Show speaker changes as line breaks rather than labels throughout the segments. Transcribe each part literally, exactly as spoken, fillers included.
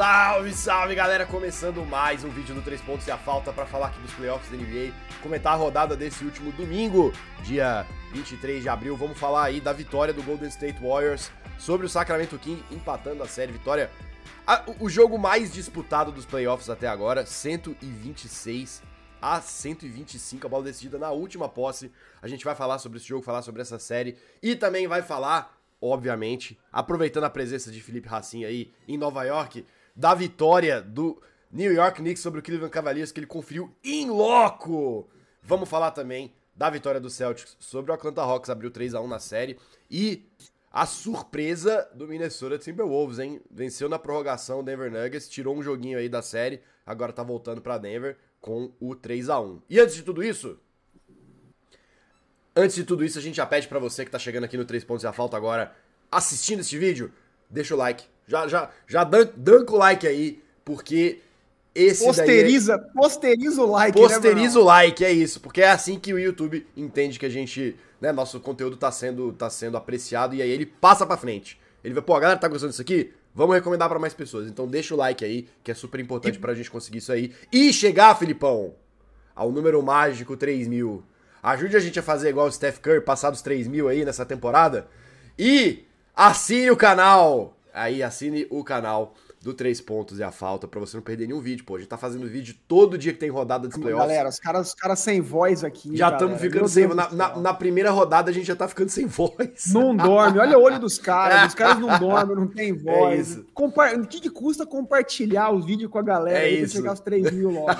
Salve, salve galera, começando mais um vídeo do três pontos e a falta para falar aqui dos playoffs da N B A, comentar a rodada desse último domingo, dia vinte e três de abril. Vamos falar aí da vitória do Golden State Warriors sobre o Sacramento Kings, empatando a série. Vitória, a, o jogo mais disputado dos playoffs até agora, cento e vinte e seis a cento e vinte e cinco, a bola decidida na última posse. A gente vai falar sobre esse jogo, falar sobre essa série e também vai falar, obviamente, aproveitando a presença de Felipe Racin aí em Nova York, da vitória do New York Knicks sobre o Cleveland Cavaliers, que ele conferiu in loco. Vamos falar também da vitória do Celtics sobre o Atlanta Hawks, abriu três a um na série, e a surpresa do Minnesota Timberwolves, hein? Venceu na prorrogação o Denver Nuggets, tirou um joguinho aí da série, agora tá voltando pra Denver com o três a um. E antes de tudo isso, antes de tudo isso, a gente já pede pra você que tá chegando aqui no três pontos e a falta agora, assistindo este vídeo, deixa o like. Já, já, já danca o like aí, porque esse
posteriza,
daí é...
posteriza o like,
Posteriza
né,
o like, é isso, porque é assim que o YouTube entende que a gente, né, nosso conteúdo tá sendo, tá sendo apreciado, e aí ele passa pra frente. Ele vai, pô, a galera tá gostando disso aqui? Vamos recomendar pra mais pessoas. Então deixa o like aí, que é super importante e... pra gente conseguir isso aí. E chegar, Filipão, ao número mágico três mil. Ajude a gente a fazer igual o Steph Curry, passar dos três mil aí nessa temporada. E assine o canal. Aí assine o canal do três pontos e a falta pra você não perder nenhum vídeo. Pô, a gente tá fazendo vídeo todo dia que tem rodada dos playoffs.
Galera, os caras, os caras sem voz aqui.
Já estamos ficando sem voz. Na, na, na primeira rodada a gente já tá ficando sem voz.
Não dorme. Olha o olho dos caras. Os caras não dormem, não tem voz.
É isso.
Compa... O que, que custa compartilhar os vídeos com a galera
é
aí
isso.
pra chegar aos três mil logo?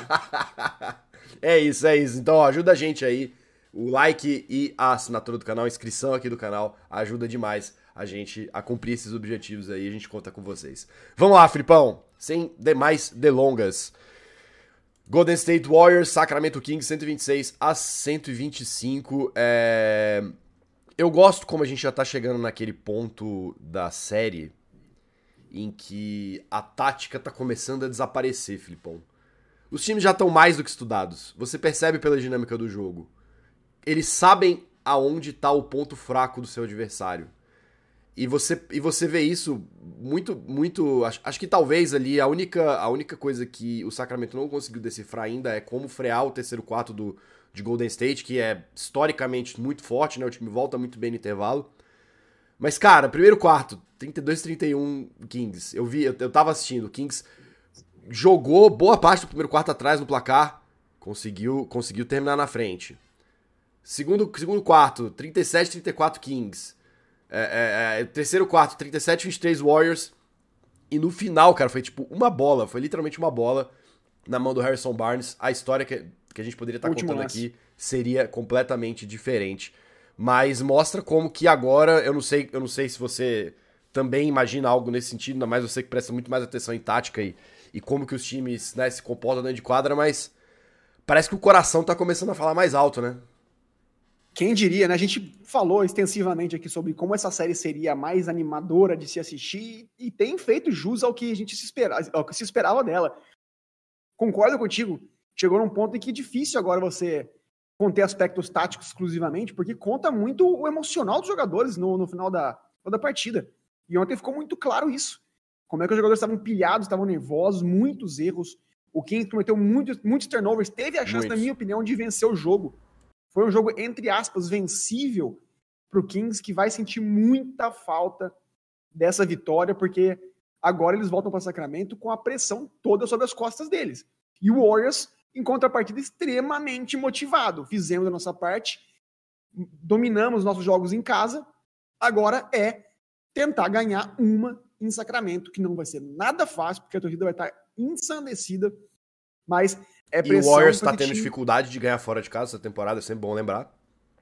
É isso, é isso. Então, ó, ajuda a gente aí. O like e a assinatura do canal, a inscrição aqui do canal, ajuda demais a gente a cumprir esses objetivos aí, a gente conta com vocês. Vamos lá, Filipão, sem demais delongas. Golden State Warriors, Sacramento Kings, cento e vinte e seis a cento e vinte e cinco. É... Eu gosto como a gente já tá chegando naquele ponto da série em que a tática tá começando a desaparecer, Filipão. Os times já estão mais do que estudados. Você percebe pela dinâmica do jogo. Eles sabem aonde está o ponto fraco do seu adversário. E você, e você vê isso muito, muito... Acho, acho que talvez ali a única, a única coisa que o Sacramento não conseguiu decifrar ainda é como frear o terceiro quarto do, de Golden State, que é historicamente muito forte, né? O time volta muito bem no intervalo. Mas, cara, primeiro quarto, trinta e dois a trinta e um Kings. Eu vi, eu, eu tava assistindo, o Kings jogou boa parte do primeiro quarto atrás no placar, conseguiu, conseguiu terminar na frente. Segundo, segundo quarto, trinta e sete a trinta e quatro Kings. É, é, é, terceiro quarto, trinta e sete a vinte e três Warriors. E no final, cara, foi tipo uma bola. Foi literalmente uma bola na mão do Harrison Barnes. A história que, que a gente poderia estar contando lance. aqui seria completamente diferente. Mas mostra como que agora, eu não sei, eu não sei se você também imagina algo nesse sentido, ainda mais você que presta muito mais atenção em tática e, e como que os times, né, se comportam dentro de quadra, mas parece que o coração tá começando a falar mais alto, né?
Quem diria, né? A gente falou extensivamente aqui sobre como essa série seria mais animadora de se assistir e tem feito jus ao que a gente se esperava, ao que se esperava dela. Concordo contigo. Chegou num ponto em que é difícil agora você conter aspectos táticos exclusivamente, porque conta muito o emocional dos jogadores no, no final da, da partida. E ontem ficou muito claro isso. Como é que os jogadores estavam pilhados, estavam nervosos, muitos erros. O Kings cometeu muitos, muitos turnovers, teve a chance, muitos. na minha opinião, de vencer o jogo. Foi um jogo, entre aspas, vencível pro Kings, que vai sentir muita falta dessa vitória, porque agora eles voltam para Sacramento com a pressão toda sobre as costas deles. E o Warriors, em contrapartida, extremamente motivado. Fizemos a nossa parte, dominamos nossos jogos em casa, agora é tentar ganhar uma em Sacramento, que não vai ser nada fácil, porque a torcida vai estar ensandecida, mas... É
e o Warriors tá tendo time... dificuldade de ganhar fora de casa essa temporada, é sempre bom lembrar.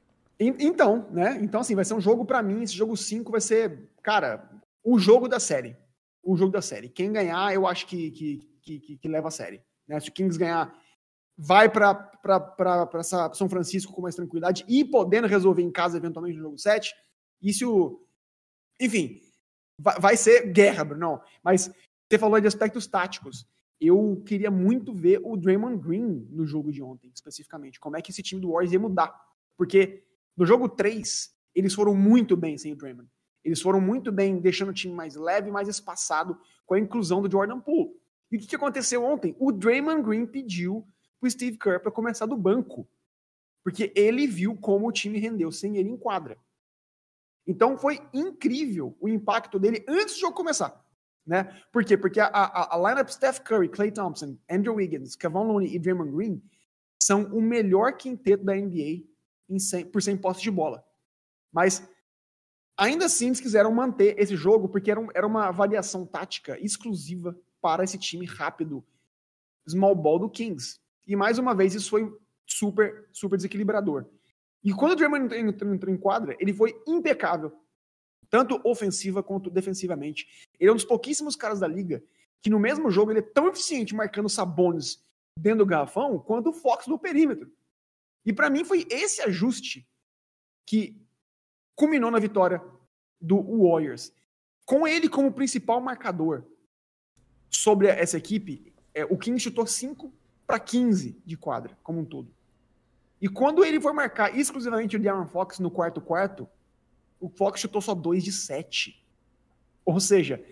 Então, né? Então, assim, vai ser um jogo pra mim, esse jogo cinco vai ser, cara, o jogo da série. O jogo da série. Quem ganhar, eu acho que, que, que, que leva a série. Né? Se o Kings ganhar, vai pra, pra, pra, pra São Francisco com mais tranquilidade e podendo resolver em casa, eventualmente, no jogo sete. E se o... Enfim, vai, vai ser guerra, Bruno. Mas você falou de aspectos táticos. Eu queria muito ver o Draymond Green no jogo de ontem, especificamente. Como é que esse time do Warriors ia mudar. Porque no jogo três, eles foram muito bem sem o Draymond. Eles foram muito bem deixando o time mais leve, mais espaçado, com a inclusão do Jordan Poole. E o que aconteceu ontem? O Draymond Green pediu pro Steve Kerr para começar do banco, porque ele viu como o time rendeu sem ele em quadra. Então foi incrível o impacto dele antes do jogo começar. Né? Por quê? Porque a, a, a lineup Steph Curry, Klay Thompson, Andrew Wiggins, Kevon Looney e Draymond Green são o melhor quinteto da N B A em cem, por cem posses de bola. Mas ainda assim eles quiseram manter esse jogo porque era, um, era uma variação tática exclusiva para esse time rápido, small ball do Kings. E mais uma vez isso foi super, super desequilibrador. E quando o Draymond entrou, entrou em quadra, ele foi impecável, tanto ofensiva quanto defensivamente. Ele é um dos pouquíssimos caras da liga que no mesmo jogo ele é tão eficiente marcando Sabonis dentro do garrafão quanto o Fox no perímetro. E para mim foi esse ajuste que culminou na vitória do Warriors. Com ele como principal marcador sobre essa equipe, é, o Kings chutou cinco para quinze de quadra, como um todo. E quando ele foi marcar exclusivamente o De'Aaron Fox no quarto-quarto, o Fox chutou só dois de sete. Ou seja,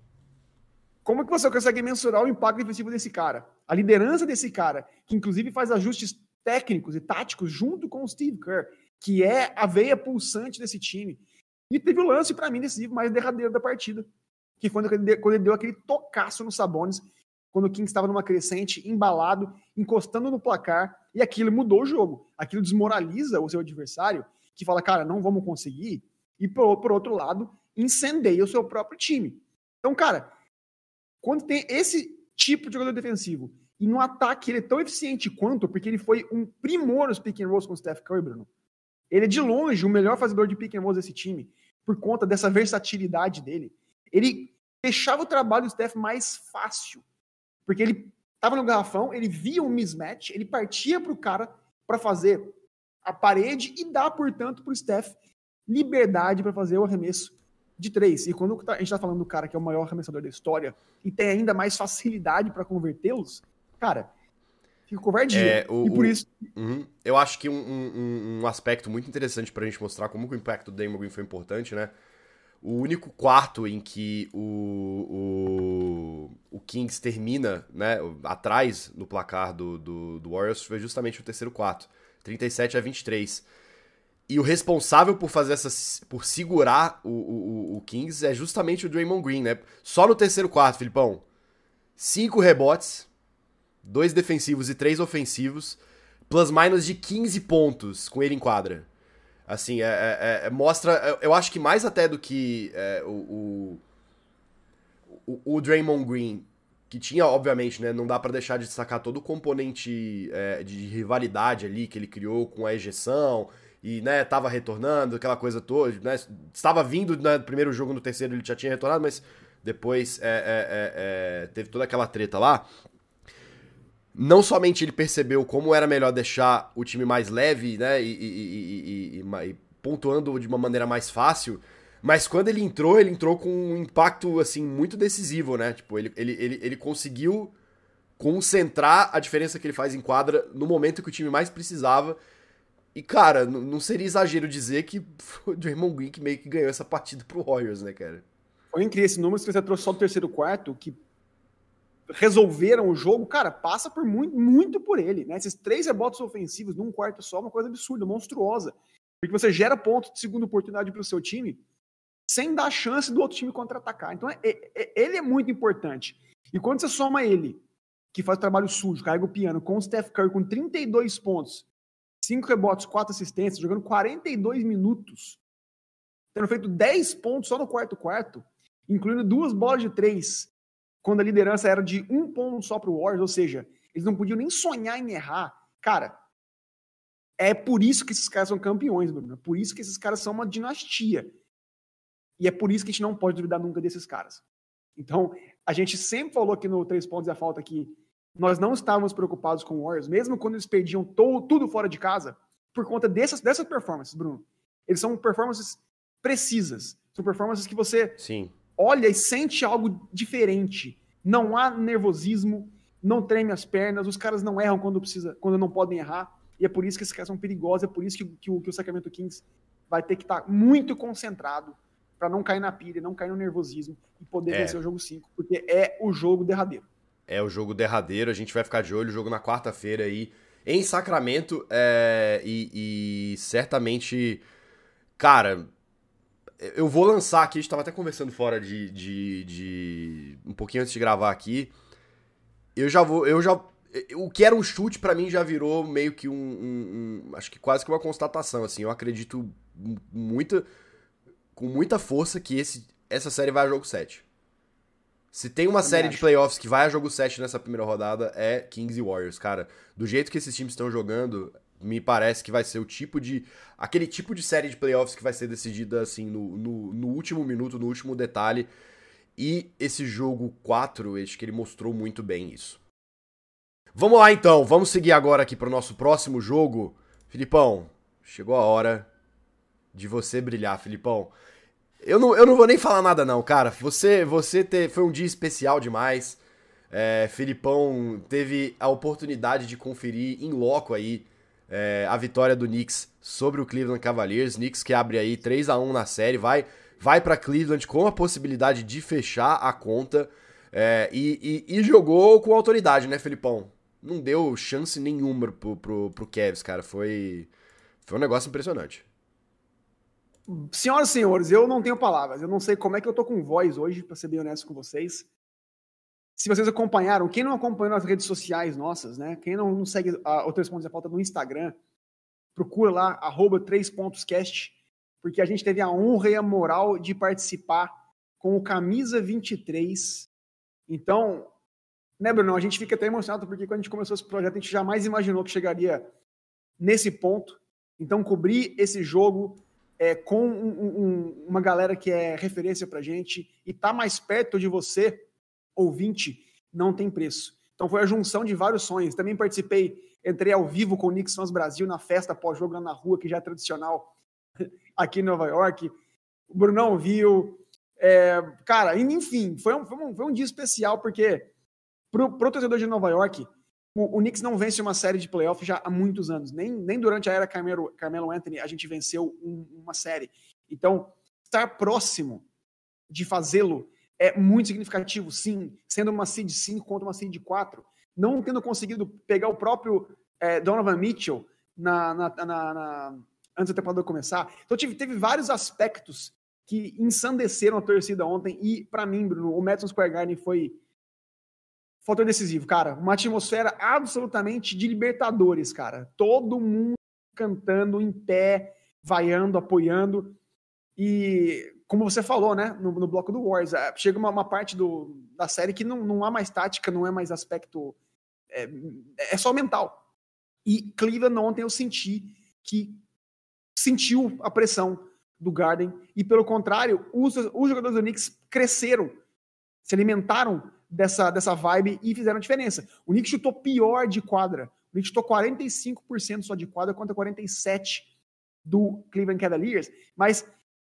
como que você consegue mensurar o impacto defensivo desse cara? A liderança desse cara, que inclusive faz ajustes técnicos e táticos junto com o Steve Kerr, que é a veia pulsante desse time. E teve o lance, para mim, decisivo mais derradeiro da partida, que foi quando ele deu aquele tocaço no Sabonis, quando o Kings estava numa crescente, embalado, encostando no placar, e aquilo mudou o jogo. Aquilo desmoraliza o seu adversário, que fala, cara, não vamos conseguir, e por, por outro lado, incendeia o seu próprio time. Então, cara, quando tem esse tipo de jogador defensivo, e no ataque ele é tão eficiente quanto, porque ele foi um primor nos pick and rolls com o Steph Curry, Bruno. Ele é de longe o melhor fazedor de pick and rolls desse time, por conta dessa versatilidade dele. Ele deixava o trabalho do Steph mais fácil, porque ele estava no garrafão, ele via um mismatch, ele partia para o cara para fazer a parede e dar, portanto, para o Steph liberdade para fazer o arremesso de três. E quando a gente está falando do cara que é o maior arremessador da história e tem ainda mais facilidade para convertê-los, cara, fica covardia.
É, o,
e por isso...
Uhum. Eu acho que um, um, um aspecto muito interessante pra gente mostrar como que o impacto do Draymond Green foi importante, né? O único quarto em que o, o, o Kings termina, né, atrás no placar do, do, do Warriors foi justamente o terceiro quarto, trinta e sete a vinte e três. E o responsável por fazer essa, por segurar o, o, o Kings é justamente o Draymond Green, né? Só no terceiro quarto, Filipão, cinco rebotes, dois defensivos e três ofensivos, plus minus de quinze pontos com ele em quadra. Assim, é, é, é, mostra... Eu acho que mais até do que é, o, o, o Draymond Green, que tinha, obviamente, né, não dá pra deixar de destacar todo o componente é, de rivalidade ali que ele criou com a ejeção, e, né, tava retornando, aquela coisa toda, né, estava vindo no né, primeiro jogo, no terceiro ele já tinha retornado, mas depois é, é, é, teve toda aquela treta lá. Não somente ele percebeu como era melhor deixar o time mais leve, né, e, e, e, e, e pontuando de uma maneira mais fácil, mas quando ele entrou, ele entrou com um impacto, assim, muito decisivo, né, tipo, ele, ele, ele, ele conseguiu concentrar a diferença que ele faz em quadra no momento que o time mais precisava, e, cara, não seria exagero dizer que foi o Draymond Green que meio que ganhou essa partida pro Warriors, né, cara.
Foi incrível esse número que você trouxe só do terceiro quarto, que resolveram o jogo, cara, passa por muito, muito por ele, né? Esses três rebotes ofensivos num quarto só, uma coisa absurda, monstruosa. Porque você gera ponto de segunda oportunidade para o seu time sem dar chance do outro time contra-atacar. Então, é, é, ele é muito importante. E quando você soma ele, que faz trabalho sujo, carrega o piano, com o Steph Curry com trinta e dois pontos, cinco rebotes, quatro assistências, jogando quarenta e dois minutos, tendo feito dez pontos só no quarto-quarto, incluindo duas bolas de três, quando a liderança era de um ponto só para o Warriors, ou seja, eles não podiam nem sonhar em errar. Cara, é por isso que esses caras são campeões, Bruno. É por isso que esses caras são uma dinastia. E é por isso que a gente não pode duvidar nunca desses caras. Então, a gente sempre falou aqui no Três Pontos e a Falta que nós não estávamos preocupados com o Warriors, mesmo quando eles perdiam to- tudo fora de casa, por conta dessas, dessas performances, Bruno. Eles são performances precisas. São performances que você...
Sim.
olha e sente algo diferente. Não há nervosismo, não treme as pernas, os caras não erram quando precisa, quando não podem errar, e é por isso que esses caras são perigosos, é por isso que, que, o, que o Sacramento Kings vai ter que estar muito concentrado para não cair na pilha, não cair no nervosismo e poder
É.
vencer o jogo cinco, porque é o jogo derradeiro.
É o jogo derradeiro, a gente vai ficar de olho, o jogo na quarta-feira aí em Sacramento, é, e, e certamente, cara, eu vou lançar aqui, a gente tava até conversando fora de, de, de um pouquinho antes de gravar aqui, eu já vou, eu já, o que era um chute pra mim já virou meio que um, um, um acho que quase que uma constatação, assim, eu acredito muito, com muita força que esse, essa série vai a jogo sete. Se tem uma série de playoffs que vai a jogo sete nessa primeira rodada, é Kings e Warriors, cara. Do jeito que esses times estão jogando, me parece que vai ser o tipo de... aquele tipo de série de playoffs que vai ser decidida, assim, no, no, no último minuto, no último detalhe. E esse jogo quatro, acho que ele mostrou muito bem isso. Vamos lá, então. Vamos seguir agora aqui pro nosso próximo jogo. Filipão, chegou a hora de você brilhar, Filipão. Eu não, eu não vou nem falar nada não, cara. Você, você te, foi um dia especial demais. É, Filipão teve a oportunidade de conferir em loco aí é, a vitória do Knicks sobre o Cleveland Cavaliers. Knicks que abre aí três a um na série, vai, vai pra Cleveland com a possibilidade de fechar a conta é, e, e, e jogou com autoridade, né, Filipão? Não deu chance nenhuma pro, pro, pro Cavs, cara. Foi, foi um negócio impressionante.
Senhoras e senhores, eu não tenho palavras. Eu não sei como é que eu tô com voz hoje, pra ser bem honesto com vocês. Se vocês acompanharam, quem não acompanhou nas redes sociais nossas, né? Quem não, não segue a, o Três Pontos da Pauta no Instagram, procura lá, arroba Três Pontos Cast, porque a gente teve a honra e a moral de participar com o Camisa vinte e três. Então, né, Bruno? A gente fica até emocionado, porque quando a gente começou esse projeto, a gente jamais imaginou que chegaria nesse ponto. Então, cobrir esse jogo... É, com um, um, uma galera que é referência pra gente e tá mais perto de você, ouvinte, não tem preço. Então foi a junção de vários sonhos. Também participei, entrei ao vivo com o Knicks Fans Brasil na festa pós-jogo lá na rua, que já é tradicional aqui em Nova York. O Brunão viu. É, cara, enfim, foi um, foi, um, foi um dia especial, porque pro, pro torcedor de Nova York, o, o Knicks não vence uma série de playoff já há muitos anos. Nem, nem durante a era Carmelo, Carmelo Anthony a gente venceu um, uma série. Então, estar próximo de fazê-lo é muito significativo, sim. Sendo uma seed cinco contra uma seed quatro. Não tendo conseguido pegar o próprio é, Donovan Mitchell na, na, na, na, antes da temporada começar. Então, tive, teve vários aspectos que ensandeceram a torcida ontem. E, para mim, Bruno, o Madison Square Garden foi... fator decisivo, cara. Uma atmosfera absolutamente de Libertadores, cara. Todo mundo cantando em pé, vaiando, apoiando. E, como você falou, né, no, no bloco do Warriors, chega uma, uma parte do, da série que não, não há mais tática, não é mais aspecto... É, é só mental. E Cleveland ontem eu senti que sentiu a pressão do Garden. E, pelo contrário, os, os jogadores do Knicks cresceram, se alimentaram Dessa, dessa vibe e fizeram diferença. O Knicks chutou pior de quadra. O Knicks chutou quarenta e cinco por cento só de quadra contra quarenta e sete por cento do Cleveland Cavaliers. Mas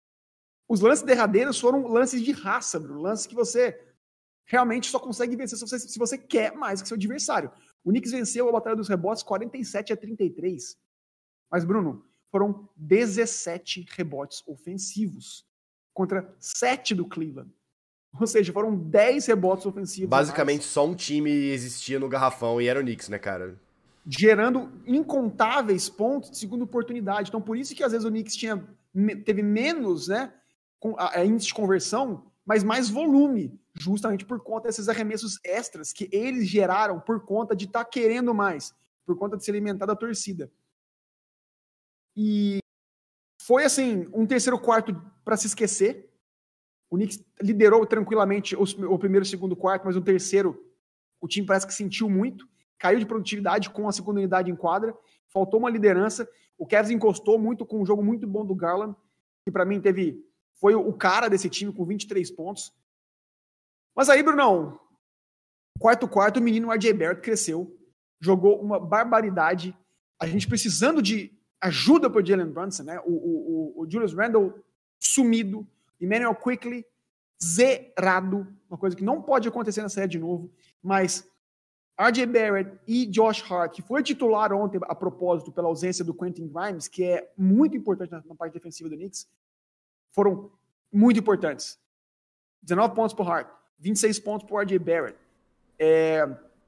os lances derradeiros foram lances de raça, Bruno. Lances que você realmente só consegue vencer se você, se você quer mais que seu adversário. O Knicks venceu a batalha dos rebotes quarenta e sete a trinta e três. Mas, Bruno, foram dezessete rebotes ofensivos contra sete do Cleveland. Ou seja, foram dez rebotes ofensivos.
Basicamente, só um time existia no garrafão e era o Knicks, né, cara?
Gerando incontáveis pontos de segunda oportunidade. Então, por isso que às vezes o Knicks tinha, teve menos, né, com a, a índice de conversão, mas mais volume, justamente por conta desses arremessos extras que eles geraram por conta de estar tá querendo mais, por conta de se alimentar da torcida. E foi, assim, um terceiro quarto para se esquecer. O Knicks liderou tranquilamente o primeiro e o segundo quarto, mas o terceiro, o time parece que sentiu muito, caiu de produtividade com a segunda unidade em quadra, faltou uma liderança, o Cavs encostou muito com um jogo muito bom do Garland, que para mim teve, foi o cara desse time com vinte e três pontos. Mas aí, Brunão, quarto quarto, o menino R J Barrett cresceu, jogou uma barbaridade, a gente precisando de ajuda para o Jalen Brunson, né? O, o, o, o Julius Randle sumido, Emmanuel Quickley zerado, uma coisa que não pode acontecer na série de novo, mas R J Barrett e Josh Hart, que foi titular ontem a propósito pela ausência do Quentin Grimes, que é muito importante na, na parte defensiva do Knicks, foram muito importantes. dezenove pontos pro Hart, vinte e seis pontos pro R J Barrett. É...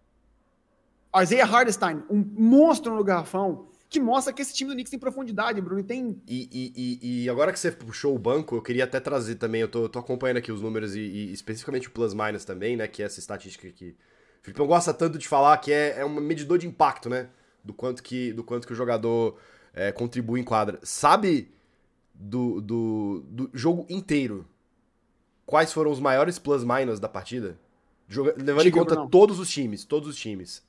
Isaiah Hartenstein, um monstro no garrafão, que mostra que esse time do Knicks tem profundidade, Bruno, e tem...
E, e, e, e agora que você puxou o banco, eu queria até trazer também, eu tô, tô acompanhando aqui os números e, e especificamente o plus-minus também, né, que é essa estatística que o Filipão gosta tanto de falar, que é, é um medidor de impacto, né, do quanto que, do quanto que o jogador é, contribui em quadra. Sabe do, do, do jogo inteiro quais foram os maiores plus-minus da partida? Joga, levando Diga, em conta Bruno. todos os times, todos os times.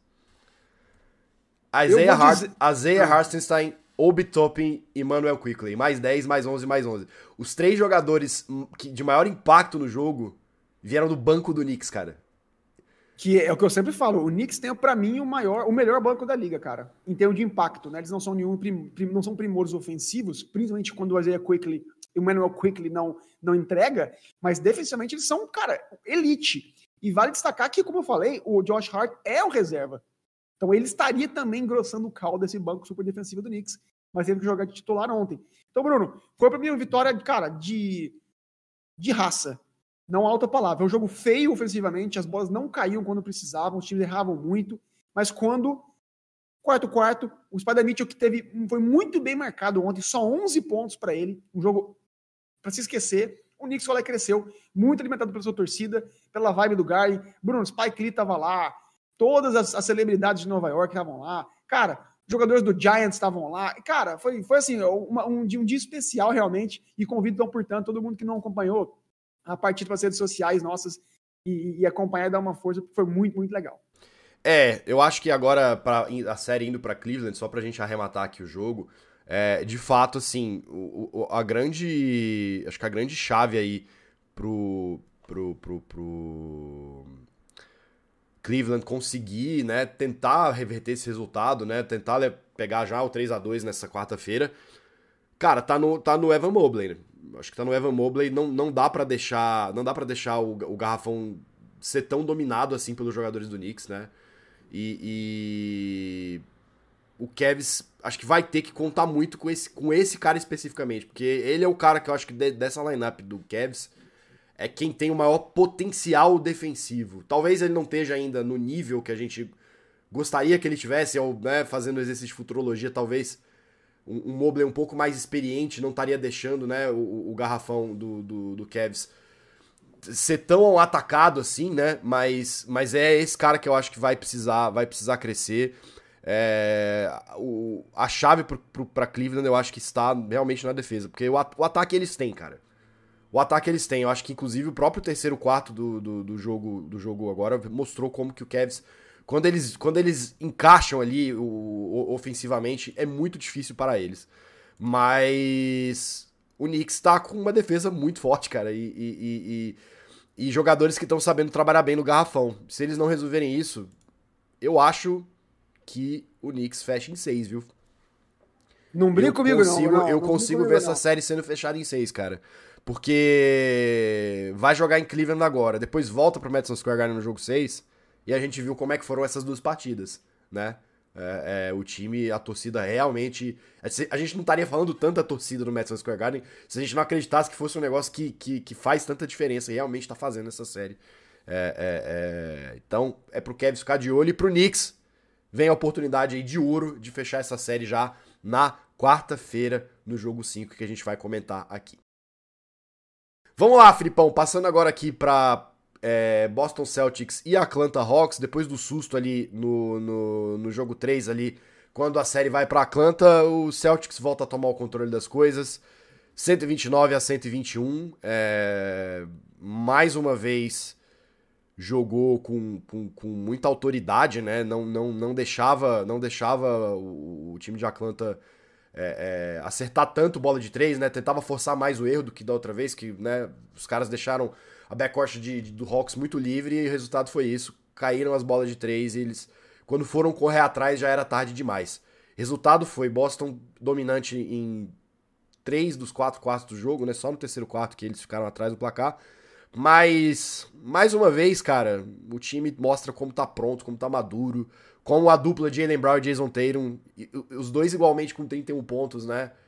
Isaiah, Hart, dizer... Isaiah ah. Hartenstein, Obi Toppin e Manuel Quickley. Mais dez, mais onze, mais onze. Os três jogadores de maior impacto no jogo vieram do banco do Knicks, cara.
Que é o que eu sempre falo. O Knicks tem, pra mim, o maior, o melhor banco da liga, cara. Em termos de impacto, né? Eles não são nenhum prim, prim, não são primores ofensivos, principalmente quando o Isaiah Quickley e o Manuel Quickley não, não entrega, mas defensivamente eles são, cara, elite. E vale destacar que, como eu falei, o Josh Hart é o reserva. Então ele estaria também engrossando o caldo desse banco super defensivo do Knicks, mas teve que jogar de titular ontem. Então, Bruno, foi pra mim uma vitória, cara, de, de raça. Não há outra palavra. É um jogo feio ofensivamente, as bolas não caíam quando precisavam, os times erravam muito, mas quando, quarto-quarto, o Spider Mitchell, que teve, foi muito bem marcado ontem, só onze pontos para ele, um jogo para se esquecer. O Knicks foi lá e cresceu, muito alimentado pela sua torcida, pela vibe do Garden. Bruno, Spike Lee tava lá, todas as, as celebridades de Nova York estavam lá. Cara, jogadores do Giants estavam lá. Cara, foi, foi assim, uma, um, um dia especial realmente. E convido, então, portanto, todo mundo que não acompanhou a partir das redes sociais nossas e, e acompanhar e dar uma força, porque foi muito, muito legal.
É, eu acho que agora pra, a série indo pra Cleveland, só pra gente arrematar aqui o jogo, é, de fato, assim, o, o, a grande. Acho que a grande chave aí pro. pro, pro, pro Cleveland conseguir, né, tentar reverter esse resultado, né, tentar pegar já o três a dois nessa quarta-feira, cara, tá no, tá no Evan Mobley, acho que tá no Evan Mobley, não, não dá pra deixar, não dá pra deixar o, o garrafão ser tão dominado assim pelos jogadores do Knicks, né, e, e o Cavs, acho que vai ter que contar muito com esse, com esse cara especificamente, porque ele é o cara que eu acho que de, dessa lineup do Cavs é quem tem o maior potencial defensivo. Talvez ele não esteja ainda no nível que a gente gostaria que ele tivesse, ou, né, fazendo exercício de futurologia, talvez um, um Mobley um pouco mais experiente não estaria deixando, né, o, o garrafão do, do, do Cavs ser tão atacado assim, né, mas, mas é esse cara que eu acho que vai precisar, vai precisar crescer. É, o, a chave para Cleveland eu acho que está realmente na defesa, porque o, o ataque eles têm, cara. O ataque eles têm, eu acho que inclusive o próprio terceiro quarto do, do, do, jogo, do jogo agora mostrou como que o Cavs, quando eles, quando eles encaixam ali o, o, ofensivamente, é muito difícil para eles. Mas o Knicks tá com uma defesa muito forte, cara, e, e, e, e jogadores que estão sabendo trabalhar bem no garrafão. Se eles não resolverem isso, eu acho que o Knicks fecha em seis, viu?
Não brinca comigo
consigo,
não. não
eu
não
consigo ver essa não. série sendo fechada em seis, cara. Porque vai jogar em Cleveland agora, depois volta pro Madison Square Garden no jogo seis, e a gente viu como é que foram essas duas partidas, né? É, é, o time, a torcida realmente... A gente não estaria falando tanto da torcida no Madison Square Garden se a gente não acreditasse que fosse um negócio que, que, que faz tanta diferença, e realmente tá fazendo essa série. É, é, é... Então, é pro Cavs ficar de olho, e pro Knicks vem a oportunidade aí de ouro de fechar essa série já na quarta-feira, no jogo cinco, que a gente vai comentar aqui. Vamos lá, Filipão, passando agora aqui para é, Boston Celtics e Atlanta Hawks, depois do susto ali no, no, no jogo três ali, quando a série vai para Atlanta, o Celtics volta a tomar o controle das coisas, cento e vinte e nove a cento e vinte e um, é, mais uma vez jogou com, com, com muita autoridade, né, não, não, não deixava, não deixava o, o time de Atlanta... É, é, acertar tanto bola de três, né? Tentava forçar mais o erro do que da outra vez, que, né, os caras deixaram a backcourt de, de, do Hawks muito livre e o resultado foi isso. Caíram as bolas de três e eles, quando foram correr atrás, já era tarde demais. Resultado foi Boston dominante em três dos quatro quartos do jogo, né? Só no terceiro quarto que eles ficaram atrás do placar. Mas, mais uma vez, cara, o time mostra como tá pronto, como tá maduro, como a dupla Jaylen Brown e Jason Tatum, os dois igualmente com trinta e um pontos, né?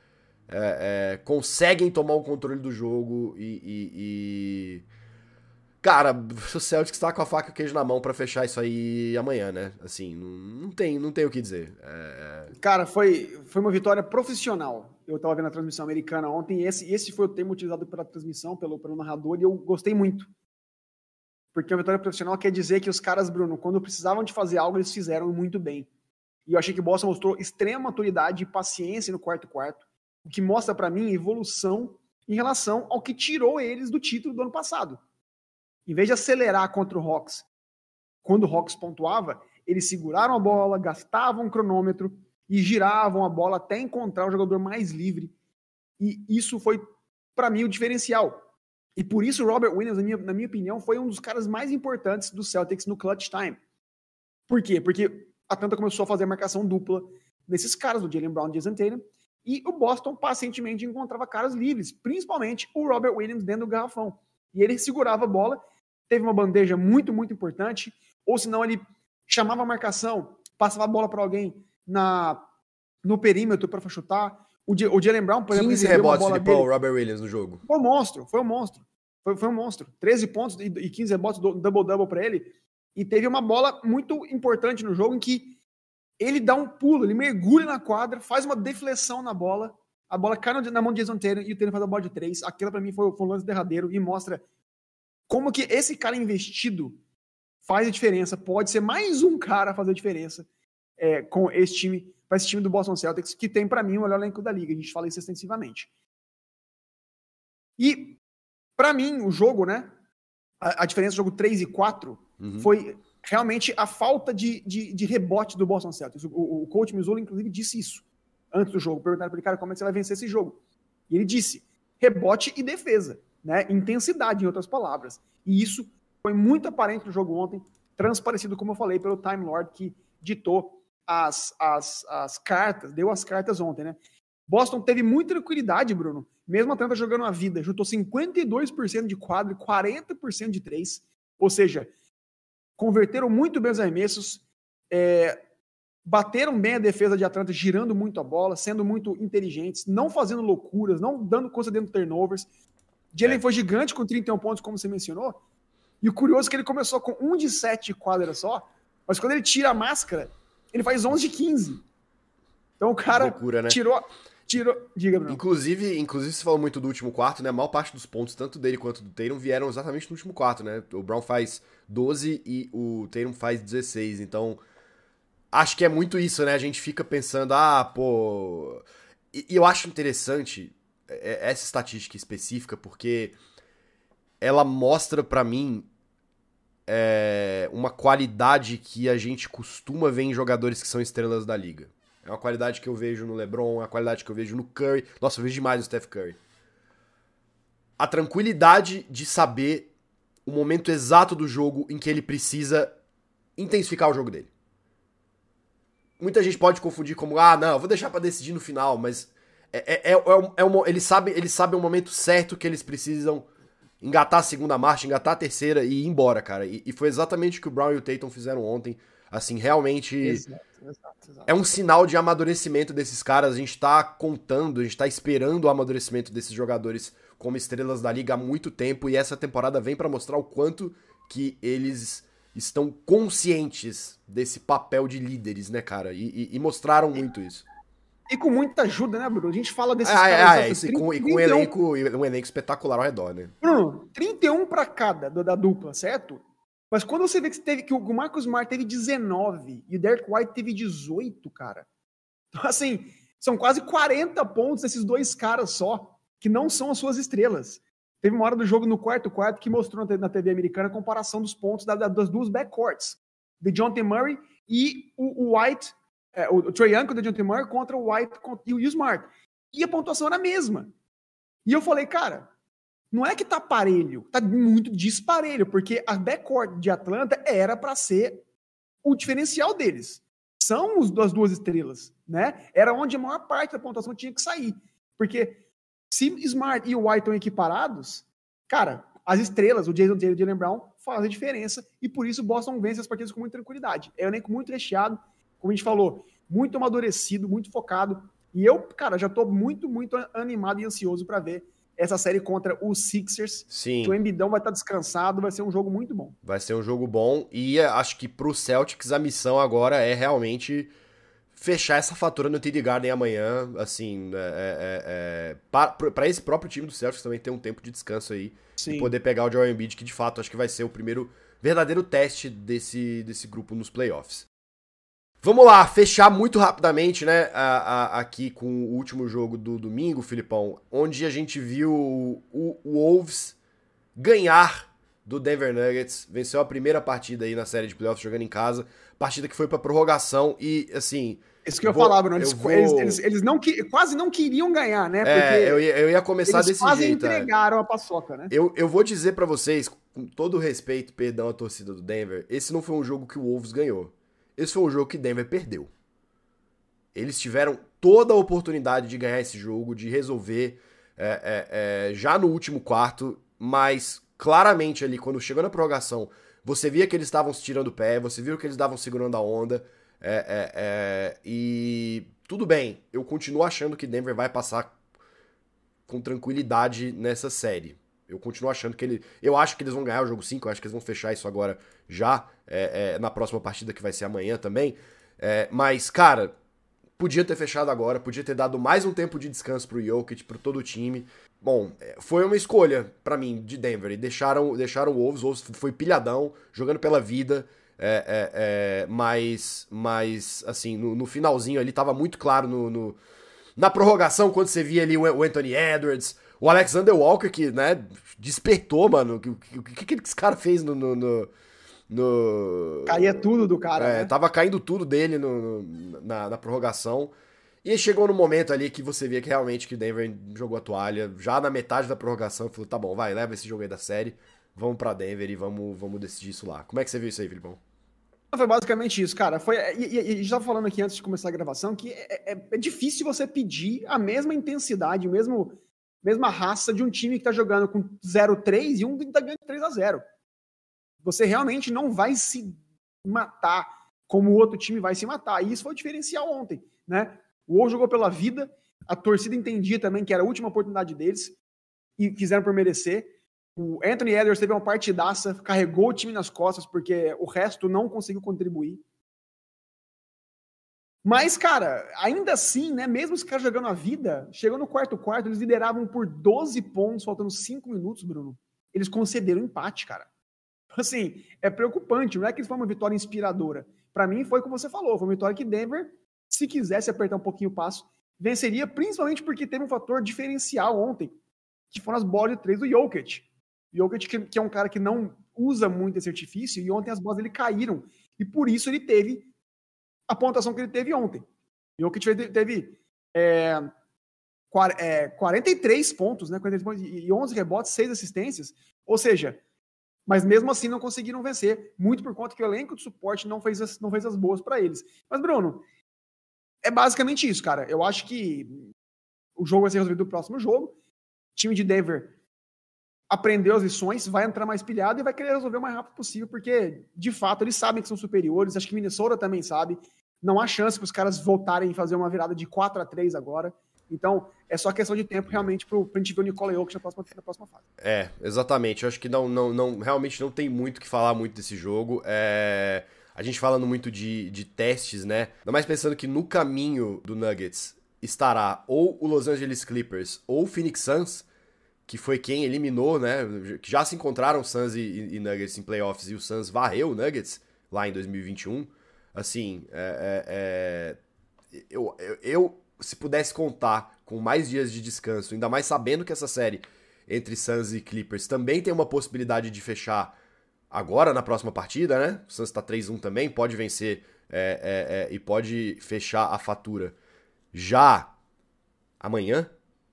é, é, conseguem tomar o controle do jogo e... e, e... Cara, o Celtics tá com a faca e o queijo na mão pra fechar isso aí amanhã, né? Assim, não, não, tem, não tem o que dizer. É...
Cara, foi, foi uma vitória profissional. Eu tava vendo a transmissão americana ontem e esse, esse foi o termo utilizado pela transmissão, pelo, pelo narrador, e eu gostei muito. Porque uma vitória profissional quer dizer que os caras, Bruno, quando precisavam de fazer algo, eles fizeram muito bem. E eu achei que o Boston mostrou extrema maturidade e paciência no quarto quarto, o que mostra pra mim evolução em relação ao que tirou eles do título do ano passado. Em vez de acelerar contra o Hawks, quando o Hawks pontuava, eles seguraram a bola, gastavam um cronômetro e giravam a bola até encontrar o jogador mais livre. E isso foi, para mim, o diferencial. E por isso o Robert Williams, na minha, na minha opinião, foi um dos caras mais importantes do Celtics no clutch time. Por quê? Porque a Atlanta começou a fazer a marcação dupla nesses caras, do Jaylen Brown e Jason Tatum, e o Boston pacientemente encontrava caras livres, principalmente o Robert Williams dentro do garrafão. E ele segurava a bola, teve uma bandeja muito, muito importante, ou senão ele chamava a marcação, passava a bola para alguém na, no perímetro para chutar. O, J- o Jaylen Brown, por exemplo,
quinze
recebeu uma
rebotes,
bola
Filipão,
dele.
o Robert Williams no jogo.
Foi um monstro, foi um monstro. Foi, foi um monstro. treze pontos e, e quinze rebotes, do- double-double para ele. E teve uma bola muito importante no jogo em que ele dá um pulo, ele mergulha na quadra, faz uma deflexão na bola, a bola cai no- na mão de Jason Tatum e o Tatum faz a bola de três. Aquilo para mim foi, foi um lance derradeiro e mostra como que esse cara investido faz a diferença. Pode ser mais um cara a fazer a diferença é, com esse time, para esse time do Boston Celtics, que tem para mim o melhor elenco da liga. A gente fala isso extensivamente. E para mim, o jogo, né? A, a diferença do jogo três e quatro
Uhum.
foi realmente a falta de, de, de rebote do Boston Celtics. O, o, o coach Mazzulla, inclusive, disse isso antes do jogo. Perguntaram para ele, cara, como é que você vai vencer esse jogo? E ele disse, rebote e defesa, né? Intensidade, em outras palavras. E isso foi muito aparente no jogo ontem, transparecido, como eu falei, pelo Time Lord, que ditou as, as, as cartas, deu as cartas ontem, né? Boston teve muita tranquilidade, Bruno. Mesmo a Atlanta jogando a vida, juntou cinquenta e dois por cento de quadro e quarenta por cento de três. Ou seja, converteram muito bem os arremessos, é, bateram bem a defesa de Atlanta, girando muito a bola, sendo muito inteligentes, não fazendo loucuras, não dando coisa dentro de turnovers. Jalen
É.
foi gigante com trinta e um pontos, como você mencionou. E o curioso é que ele começou com um de sete de quadra só, mas quando ele tira a máscara, ele faz onze de quinze. Então o cara
Loucura, né?
tirou... tirou diga, Bruno.
Inclusive, inclusive, você falou muito do último quarto, né? A maior parte dos pontos, tanto dele quanto do Tatum, vieram exatamente no último quarto, né? O Brown faz doze e o Tatum faz dezesseis. Então, acho que é muito isso, né? A gente fica pensando, ah, pô... E, e eu acho interessante essa estatística específica, porque ela mostra pra mim é, uma qualidade que a gente costuma ver em jogadores que são estrelas da liga. É uma qualidade que eu vejo no LeBron, é uma qualidade que eu vejo no Curry. Nossa, eu vejo demais no Steph Curry. A tranquilidade de saber o momento exato do jogo em que ele precisa intensificar o jogo dele. Muita gente pode confundir como, ah, não, eu vou deixar pra decidir no final, mas é, é, é, é, um, é um, eles, sabem, eles sabem o momento certo que eles precisam engatar a segunda marcha, engatar a terceira e ir embora, cara. E, e foi exatamente o que o Brown e o Tatum fizeram ontem. Assim, realmente...
Exato, exato, exato.
É um sinal de amadurecimento desses caras. A gente tá contando, a gente tá esperando o amadurecimento desses jogadores como estrelas da liga há muito tempo. E essa temporada vem pra mostrar o quanto que eles estão conscientes desse papel de líderes, né, cara? E, e, e mostraram muito isso.
E com muita ajuda, né, Bruno? A gente fala desses
Ah,
caras...
é, é,
assim,
esse,
trinta,
com, e com um
trinta e um
elenco, um elenco espetacular ao redor, né?
Bruno, trinta e um para cada da, da dupla, certo? Mas quando você vê que, você teve, que o Marcus Smart teve dezenove e o Derek White teve dezoito, cara. Então, assim, são quase quarenta pontos desses dois caras só, que não são as suas estrelas. Teve uma hora do jogo no quarto quarto que mostrou na T V americana a comparação dos pontos da, da, das duas backcourts. De DeJounte Murray e o, o White, é, o, o Trae Young, o DeJounte Murray contra o White e o Smart. E a pontuação era a mesma. E eu falei, cara... Não é que tá parelho, tá muito disparelho, porque a backcourt de Atlanta era para ser o diferencial deles. São os, as duas estrelas, né? Era onde a maior parte da pontuação tinha que sair. Porque se Smart e o White estão equiparados, cara, as estrelas, o Jason Tatum e o Jaylen Brown, fazem diferença e por isso o Boston vence as partidas com muita tranquilidade. É um elenco muito recheado, como a gente falou, muito amadurecido, muito focado. E eu, cara, já tô muito, muito animado e ansioso para ver essa série contra os Sixers.
Sim.
Que o Embiidão vai estar descansado, vai ser um jogo muito bom.
Vai ser um jogo bom e acho que pro Celtics a missão agora é realmente fechar essa fatura no T D Garden amanhã, assim, é, é, é, para esse próprio time do Celtics também ter um tempo de descanso aí. Sim. E poder pegar o Joel Embiid, que de fato acho que vai ser o primeiro verdadeiro teste desse, desse grupo nos playoffs. Vamos lá, fechar muito rapidamente, né, a, a, aqui com o último jogo do domingo, Filipão, onde a gente viu o, o, o Wolves ganhar do Denver Nuggets, venceu a primeira partida aí na série de playoffs jogando em casa, partida que foi pra prorrogação e, assim...
Isso que eu, eu falava, Bruno, eles, vou... eles, eles, eles não, quase não queriam ganhar, né,
porque é, eu ia, eu ia começar desse jeito.
Eles quase entregaram é. a paçoca, né?
Eu, eu vou dizer pra vocês, com todo o respeito, perdão à torcida do Denver, esse não foi um jogo que o Wolves ganhou. Esse foi um jogo que Denver perdeu. Eles tiveram toda a oportunidade de ganhar esse jogo, de resolver é, é, é, já no último quarto, mas claramente ali, quando chegou na prorrogação, você via que eles estavam se tirando o pé, você viu que eles estavam segurando a onda, é, é, é, e tudo bem, eu continuo achando que Denver vai passar com tranquilidade nessa série. Eu continuo achando que ele... Eu acho que eles vão ganhar o jogo cinco, eu acho que eles vão fechar isso agora já, é, é, na próxima partida que vai ser amanhã também. É, mas, cara, podia ter fechado agora, podia ter dado mais um tempo de descanso pro Jokic, pro todo o time. Bom, foi uma escolha pra mim de Denver, e deixaram, deixaram o Wolves, o Wolves foi pilhadão, jogando pela vida, é, é, é, mas, mas, assim, no, no finalzinho ali tava muito claro no, no, na prorrogação, quando você via ali o, o Anthony Edwards, o Alexander Walker, que, né, despertou, mano, o que, o que, que esse cara fez no... no, no, no...
Caía tudo do cara,
é,
né?
Tava caindo tudo dele no, no, na, na prorrogação. E aí chegou no momento ali que você via que realmente que o Denver jogou a toalha, já na metade da prorrogação, falou, tá bom, vai, leva esse jogo aí da série, vamos pra Denver e vamos, vamos decidir isso lá. Como é que você viu isso aí, Filipão?
Foi basicamente isso, cara. Foi, e, e, e a gente tava falando aqui antes de começar a gravação que é, é, é difícil você pedir a mesma intensidade, o mesmo... mesma raça de um time que tá jogando com zero a três e um que tá ganhando três a zero. Você realmente não vai se matar como o outro time vai se matar. E isso foi o diferencial ontem, né? O Wolves jogou pela vida, a torcida entendia também que era a última oportunidade deles e fizeram por merecer. O Anthony Edwards teve uma partidaça, carregou o time nas costas porque o resto não conseguiu contribuir. Mas, cara, ainda assim, né, mesmo os caras jogando a vida, chegou no quarto quarto, eles lideravam por doze pontos, faltando cinco minutos, Bruno. Eles concederam empate, cara. Assim, é preocupante, não é que foi uma vitória inspiradora. Pra mim, foi como você falou, foi uma vitória que Denver, se quisesse apertar um pouquinho o passo, venceria, principalmente porque teve um fator diferencial ontem, que foram as bolas de três do Jokic. Jokic, que, que é um cara que não usa muito esse artifício, e ontem as bolas dele caíram. E por isso ele teve a pontuação que ele teve ontem. O Jokic teve é, quarenta e três pontos, né, e onze rebotes, seis assistências, ou seja, mas mesmo assim não conseguiram vencer, muito por conta que o elenco de suporte não fez as, não fez as boas para eles. Mas, Bruno, é basicamente isso, cara. Eu acho que o jogo vai ser resolvido no próximo jogo. O time de Denver aprendeu as lições, vai entrar mais pilhado e vai querer resolver o mais rápido possível, porque, de fato, eles sabem que são superiores, acho que Minnesota também sabe. Não há chance para os caras voltarem e fazer uma virada de quatro a três agora. Então, é só questão de tempo realmente para a gente ver o Nikola Jokic na próxima, na próxima fase.
É, exatamente. Eu acho que não, não, não, realmente não tem muito o que falar muito desse jogo. É... A gente falando muito de, de testes, né? Ainda mais pensando que no caminho do Nuggets estará ou o Los Angeles Clippers ou o Phoenix Suns, que foi quem eliminou, né? Que já se encontraram Suns e, e Nuggets em playoffs e o Suns varreu o Nuggets lá em dois mil e vinte e um. Assim, é, é, é, eu, eu, eu, se pudesse contar com mais dias de descanso, ainda mais sabendo que essa série entre Suns e Clippers também tem uma possibilidade de fechar agora na próxima partida, né? O Suns tá três a um também, pode vencer é, é, é, e pode fechar a fatura já amanhã.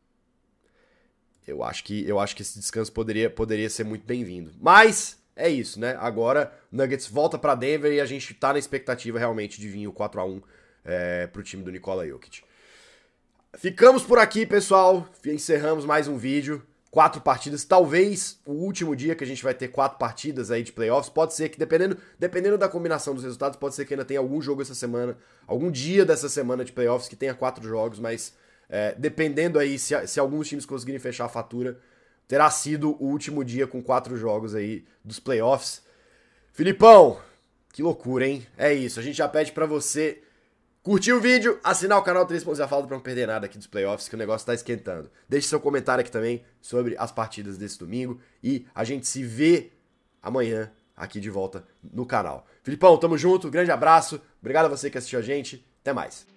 Eu acho que, eu acho que esse descanso poderia, poderia ser muito bem-vindo. Mas é isso, né? Agora o Nuggets volta pra Denver e a gente tá na expectativa realmente de vir o quatro a um é, pro time do Nikola Jokic. Ficamos por aqui, pessoal. Encerramos mais um vídeo. quatro partidas, talvez o último dia que a gente vai ter quatro partidas aí de playoffs, pode ser que, dependendo, dependendo da combinação dos resultados, pode ser que ainda tenha algum jogo essa semana, algum dia dessa semana de playoffs que tenha quatro jogos, mas é, dependendo aí, se, se alguns times conseguirem fechar a fatura, terá sido o último dia com quatro jogos aí dos playoffs. Filipão, que loucura, hein? É isso, a gente já pede pra você curtir o vídeo, assinar o canal três pontos e a falta pra não perder nada aqui dos playoffs, que o negócio tá esquentando. Deixe seu comentário aqui também sobre as partidas desse domingo e a gente se vê amanhã aqui de volta no canal. Filipão, tamo junto, grande abraço, obrigado a você que assistiu a gente, até mais.